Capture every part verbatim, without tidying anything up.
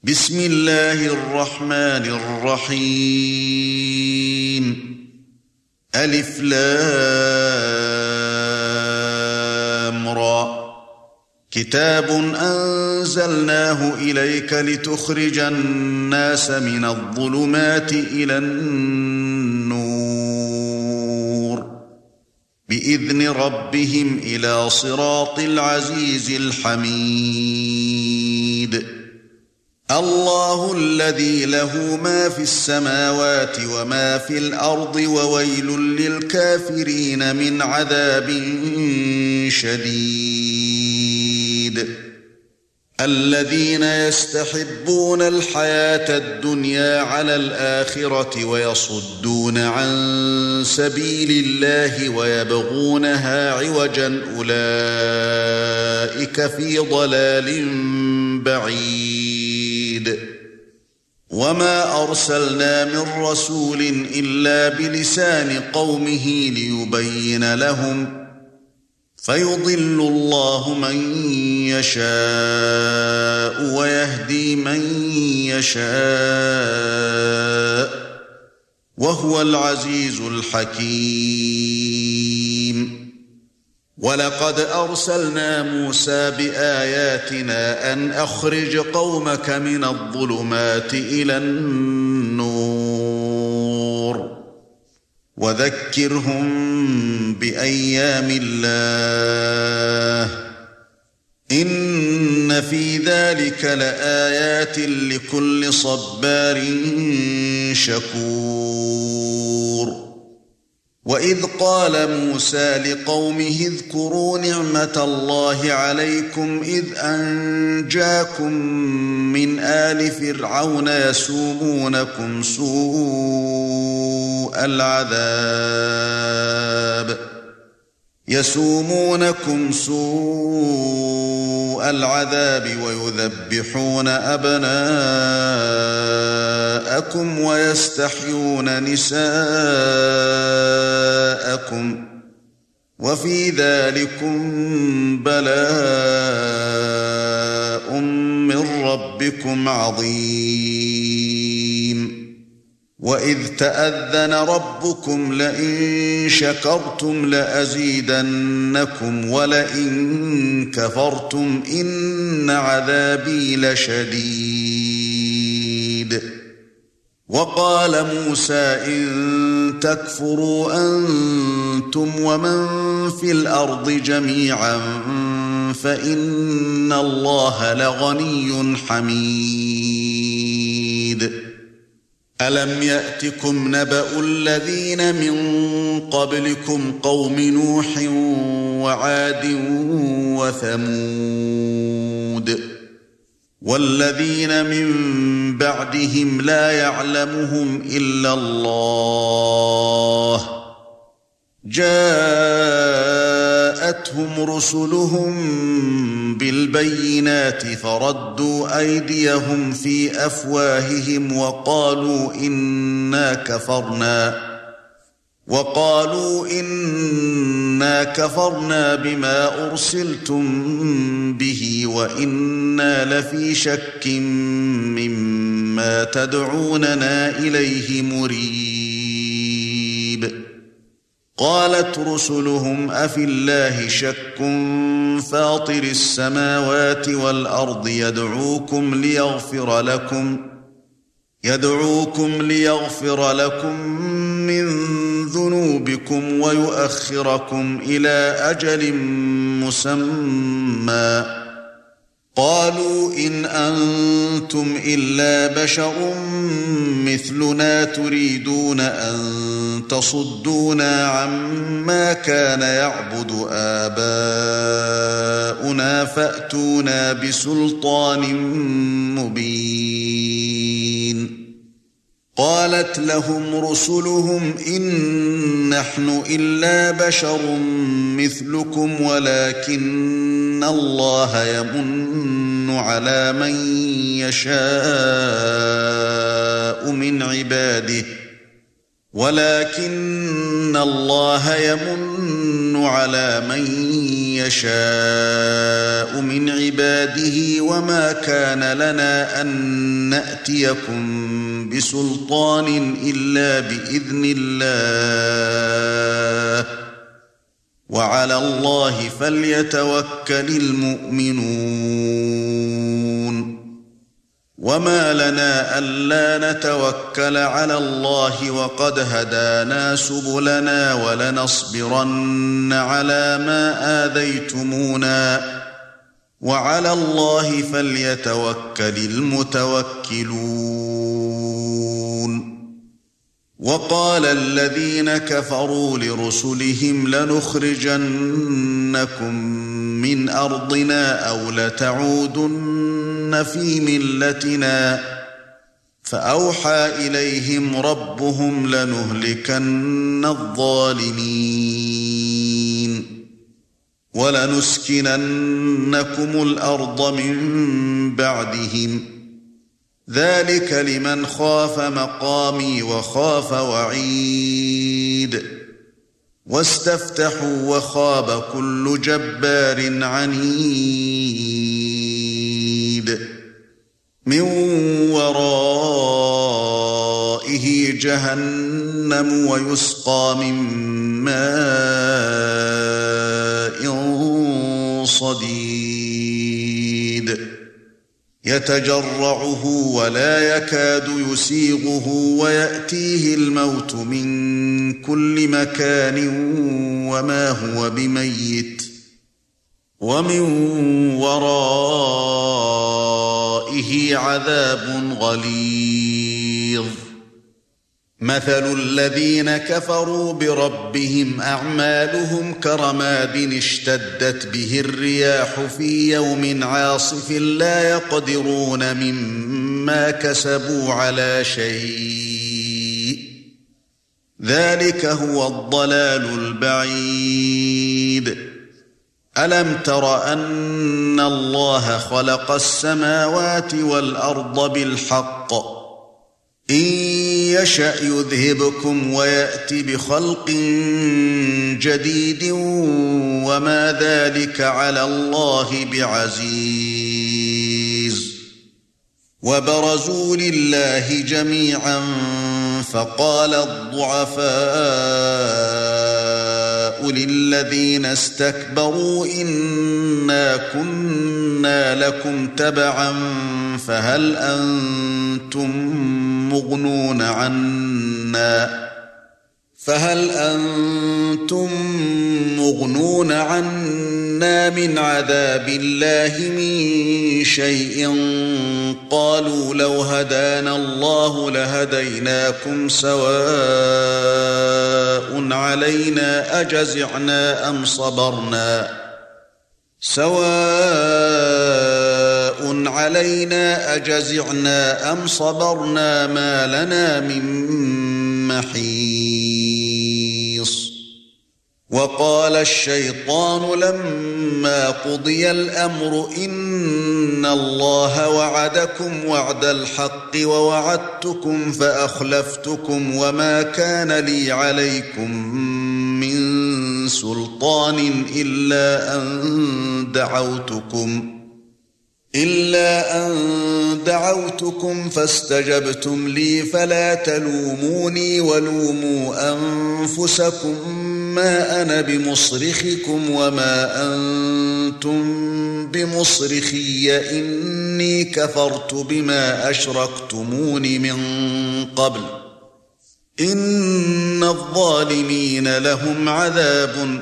بسم الله الرحمن الرحيم ألف لام را كتاب أنزلناه إليك لتخرج الناس من الظلمات إلى النور بإذن ربهم إلى صراط العزيز الحميد الله الذي له ما في السماوات وما في الأرض وويل للكافرين من عذاب شديد الذين يستحبون الحياة الدنيا على الآخرة ويصدون عن سبيل الله ويبغونها عوجا أولئك في ضلال بعيد وما أرسلنا من رسول إلا بلسان قومه ليبين لهم فيضل الله من يشاء ويهدي من يشاء وهو العزيز الحكيم ولقد أرسلنا موسى بآياتنا أن أخرج قومك من الظلمات إلى النور وذكرهم بأيام الله إن في ذلك لآيات لكل صبار شكور وإذ قال موسى لقومه اذكروا نعمة الله عليكم إذ أنجاكم من آل فرعون يسومونكم سوء العذاب يسومونكم سوء العذاب ويذبحون أبناءكم ويستحيون نساءكم وفي ذلكم بلاء من ربكم عظيم وإذ تأذن ربكم لئن شكرتم لأزيدنكم ولئن كفرتم إن عذابي لشديد وقال موسى إن تكفروا أنتم ومن في الأرض جميعا فإن الله لغني حميد ألم يأتكم نبأ الذين من قبلكم قوم نوح وعاد وثمود والذين من بعدهم لا يعلمهم إلا الله جاءتهم رسلهم بالبينات فردوا أيديهم في أفواههم وقالوا إنا كفرنا وقالوا إنا كفرنا بما أرسلتم به وإنا لفي شك مما تدعوننا إليه مريب قالت رسلهم أفي الله شك فاطر السماوات والأرض يدعوكم ليغفر لكم يدعوكم ليغفر لكم من ذنوبكم ويؤخركم إلى أجل مسمى قالوا إن أنتم إلا بشر مثلنا تريدون أن تصدونا عما كان يعبد آباؤنا فأتونا بسلطان مبين قالت لهم رسلهم إن نحن إلا بشر مثلكم ولكن الله يمن على من يشاء من عباده ولكن الله يمن على من يشاء من عباده وما كان لنا أن نأتيكم بسلطان إلا بإذن الله وعلى الله فليتوكل المؤمنون وما لنا ألا نتوكل على الله وقد هدانا سبلنا ولنصبرن على ما آذيتمونا وعلى الله فليتوكل المتوكلون وقال الذين كفروا لرسلهم لنخرجنكم من أرضنا أو لتعودن في ملتنا فأوحى إليهم ربهم لنهلكن الظالمين ولنسكننكم الأرض من بعدهم ذلك لمن خاف مقامي وخاف وعيد واستفتحوا وخاب كل جبار عنيد من ورائه جهنم ويسقى من ماء صديد يتجرعه ولا يكاد يسيغه ويأتيه الموت من كل مكان وما هو بميت ومن ورائه عذاب غليظ مثل الذين كفروا بربهم أعمالهم كرماد اشتدت به الرياح في يوم عاصف لا يقدرون مما كسبوا على شيء ذلك هو الضلال البعيد ألم تر أن الله خلق السماوات والأرض بالحق إن يشأ يذهبكم ويأتي بخلق جديد وما ذلك على الله بعزيز وبرزوا لله جميعا فقال الضعفاء للذين استكبروا إنا كنا لكم تبعا فهل أنتم مغنون عنا فهل أنتم مغنون عنا من عذاب الله من شيء قالوا لو هدانا الله لهديناكم سواء علينا أجزعنا أم صبرنا سواء علينا أجزعنا أم صبرنا ما لنا من محيص وقال الشيطان لما قضي الأمر إن الله وعدكم وعد الحق ووعدتكم فأخلفتكم وما كان لي عليكم من سلطان إلا أن دعوتكم إلا أن دعوتكم فاستجبتم لي فلا تلوموني ولوموا أنفسكم ما أنا بمصرخكم وما أنتم بمصرخي إني كفرت بما أشركتمون من قبل إن الظالمين لهم عذاب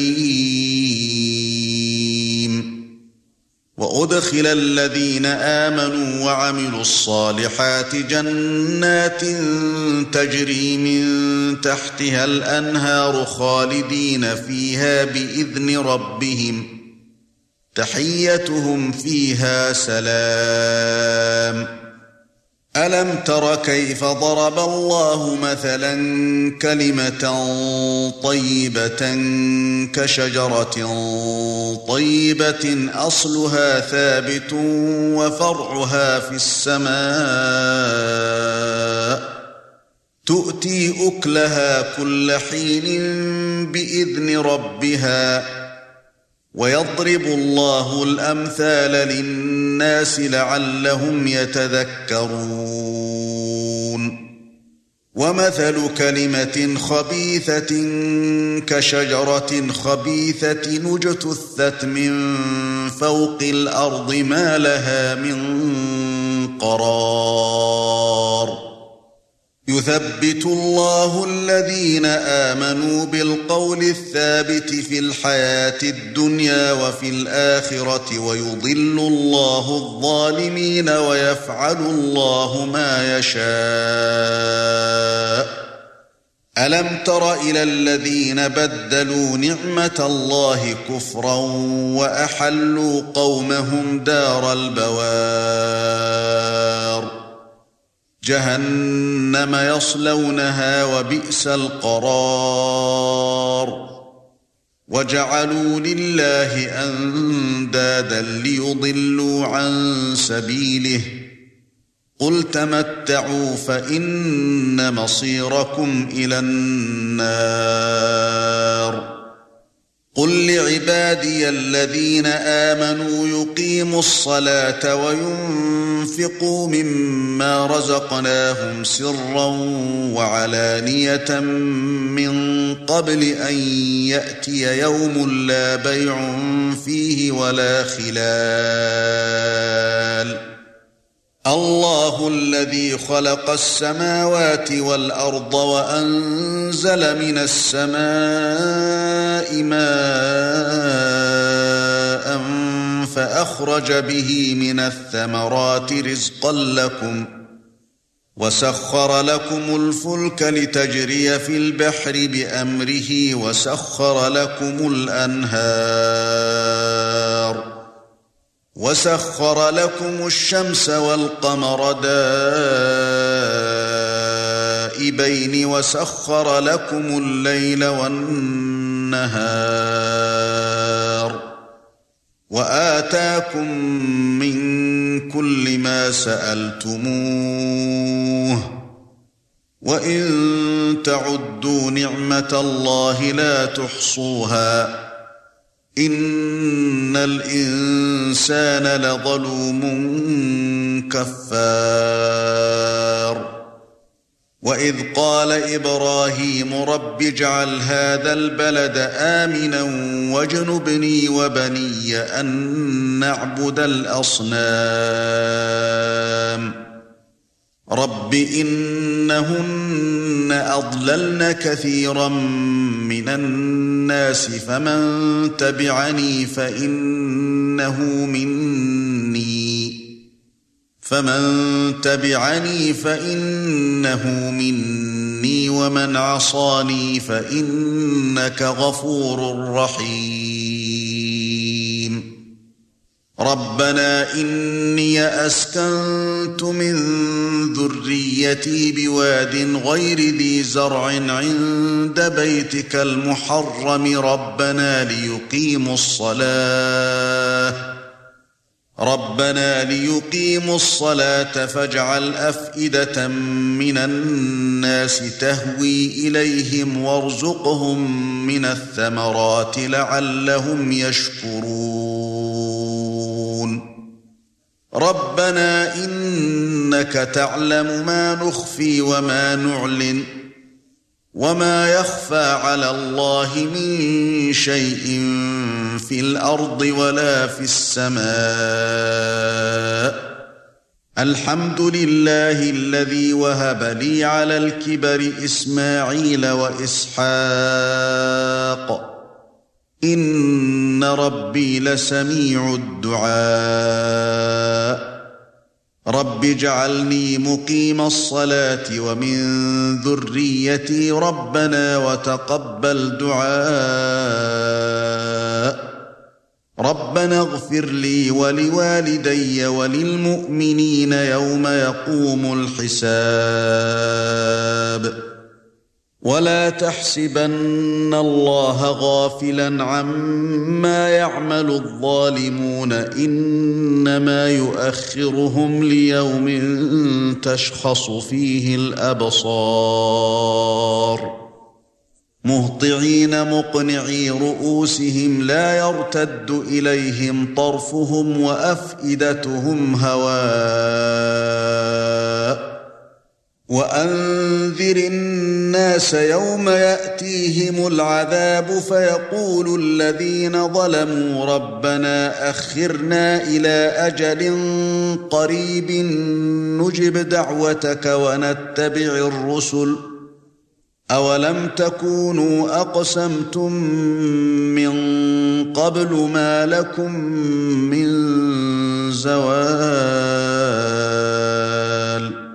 أليم وأدخل الذين آمنوا وعملوا الصالحات جنات تجري من تحتها الأنهار خالدين فيها بإذن ربهم تحيتهم فيها سلام ألم تر كيف ضرب الله مثلا كلمة طيبة كشجرة طيبة أصلها ثابت وفرعها في السماء تؤتي أكلها كل حين بإذن ربها ويضرب الله الأمثال للناس لعلهم يتذكرون ومثل كلمة خبيثة كشجرة خبيثة اجتثت من فوق الأرض ما لها من قرار يثبت الله الذين آمنوا بالقول الثابت في الحياة الدنيا وفي الآخرة ويضل الله الظالمين ويفعل الله ما يشاء ألم تر إلى الذين بدلوا نعمة الله كفرا وأحلوا قومهم دار البوار جهنم يصلونها وبئس القرار وجعلوا لله أندادا ليضلوا عن سبيله قل تمتعوا فإن مصيركم إلى النار قل لعبادي الذين آمنوا يقيموا الصلاة وينفقوا مما رزقناهم سرا وعلانية من قبل أن يأتي يوم لا بيع فيه ولا خلال الله الذي خلق السماوات والأرض وأنزل من السماء ماء فأخرج به من الثمرات رزقا لكم وسخر لكم الفلك لتجري في البحر بأمره وسخر لكم الأنهار وسخر لكم الشمس والقمر دائبين وسخر لكم الليل والنهار وآتاكم من كل ما سألتموه وإن تعدوا نعمة الله لا تحصوها إن الإنسان لظلوم كفار وإذ قال إبراهيم رب اجعل هذا البلد آمنا واجنبني وبني أن نعبد الأصنام رب إنهن أضللن كثيرا من الناس فمن تبعني فإنه مني فمن تبعني فإنه مني ومن عصاني فإنك غفور رحيم ربنا إني أسكنت من ذريتي بواد غير ذي زرع عند بيتك المحرم ربنا ليقيموا الصلاة ربنا ليقيموا الصلاة فاجعل أفئدة من الناس تهوي إليهم وارزقهم من الثمرات لعلهم يشكرون ربنا إنك تعلم ما نخفي وما نعلن وما يخفى على الله من شيء في الأرض ولا في السماء الحمد لله الذي وهب لي على الكبر إسماعيل وإسحاق إن ربي لسميع الدعاء رب اجعلني مقيم الصلاة ومن ذريتي ربنا وتقبل دعاء ربنا اغفر لي ولوالدي وللمؤمنين يوم يقوم الحساب ولا تحسبن الله غافلا عما يعمل الظالمون إنما يؤخرهم ليوم تشخص فيه الأبصار مهطعين مقنعي رؤوسهم لا يرتد إليهم طرفهم وأفئدتهم هواء وأنذر الناس يوم يأتيهم العذاب فيقول الذين ظلموا ربنا أخرنا إلى أجل قريب نجب دعوتك ونتبع الرسل أولم تكونوا أقسمتم من قبل ما لكم من زوال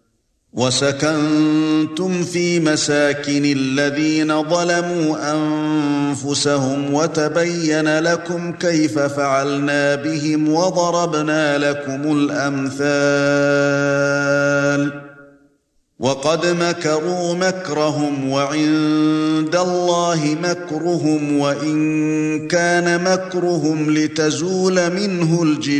وسكنتم في مساكن الذين ظلموا أنفسهم وتبين لكم كيف فعلنا بهم وضربنا لكم الأمثال وقد مكروا مكرهم وعند الله مكرهم وإن كان مكرهم لتزول منه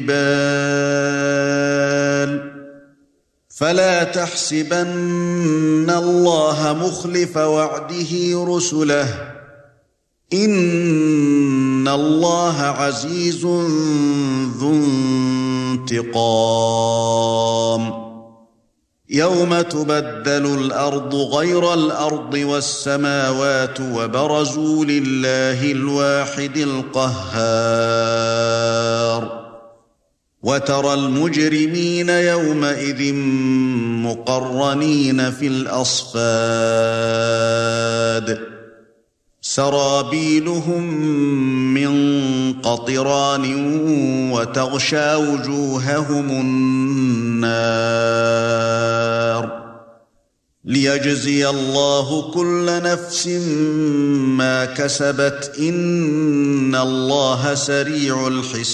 الجبال فلا تحسبن الله مخلف وعده رسله إن الله عزيز ذو انتقام يوم تبدل الأرض غير الأرض والسماوات وبرزوا لله الواحد القهار وترى المجرمين يومئذ مقرنين في الأصفاد سرابيلهم من قطران وتغشى وجوههم النار ليجزي الله كل نفس ما كسبت إن الله سريع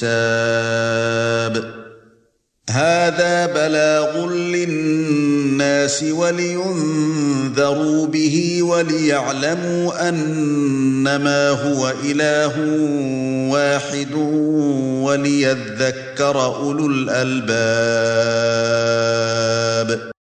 الحساب هذا بلاغ للناس ولينذروا به وليعلموا أنما هو إله واحد وليذكر أولو الألباب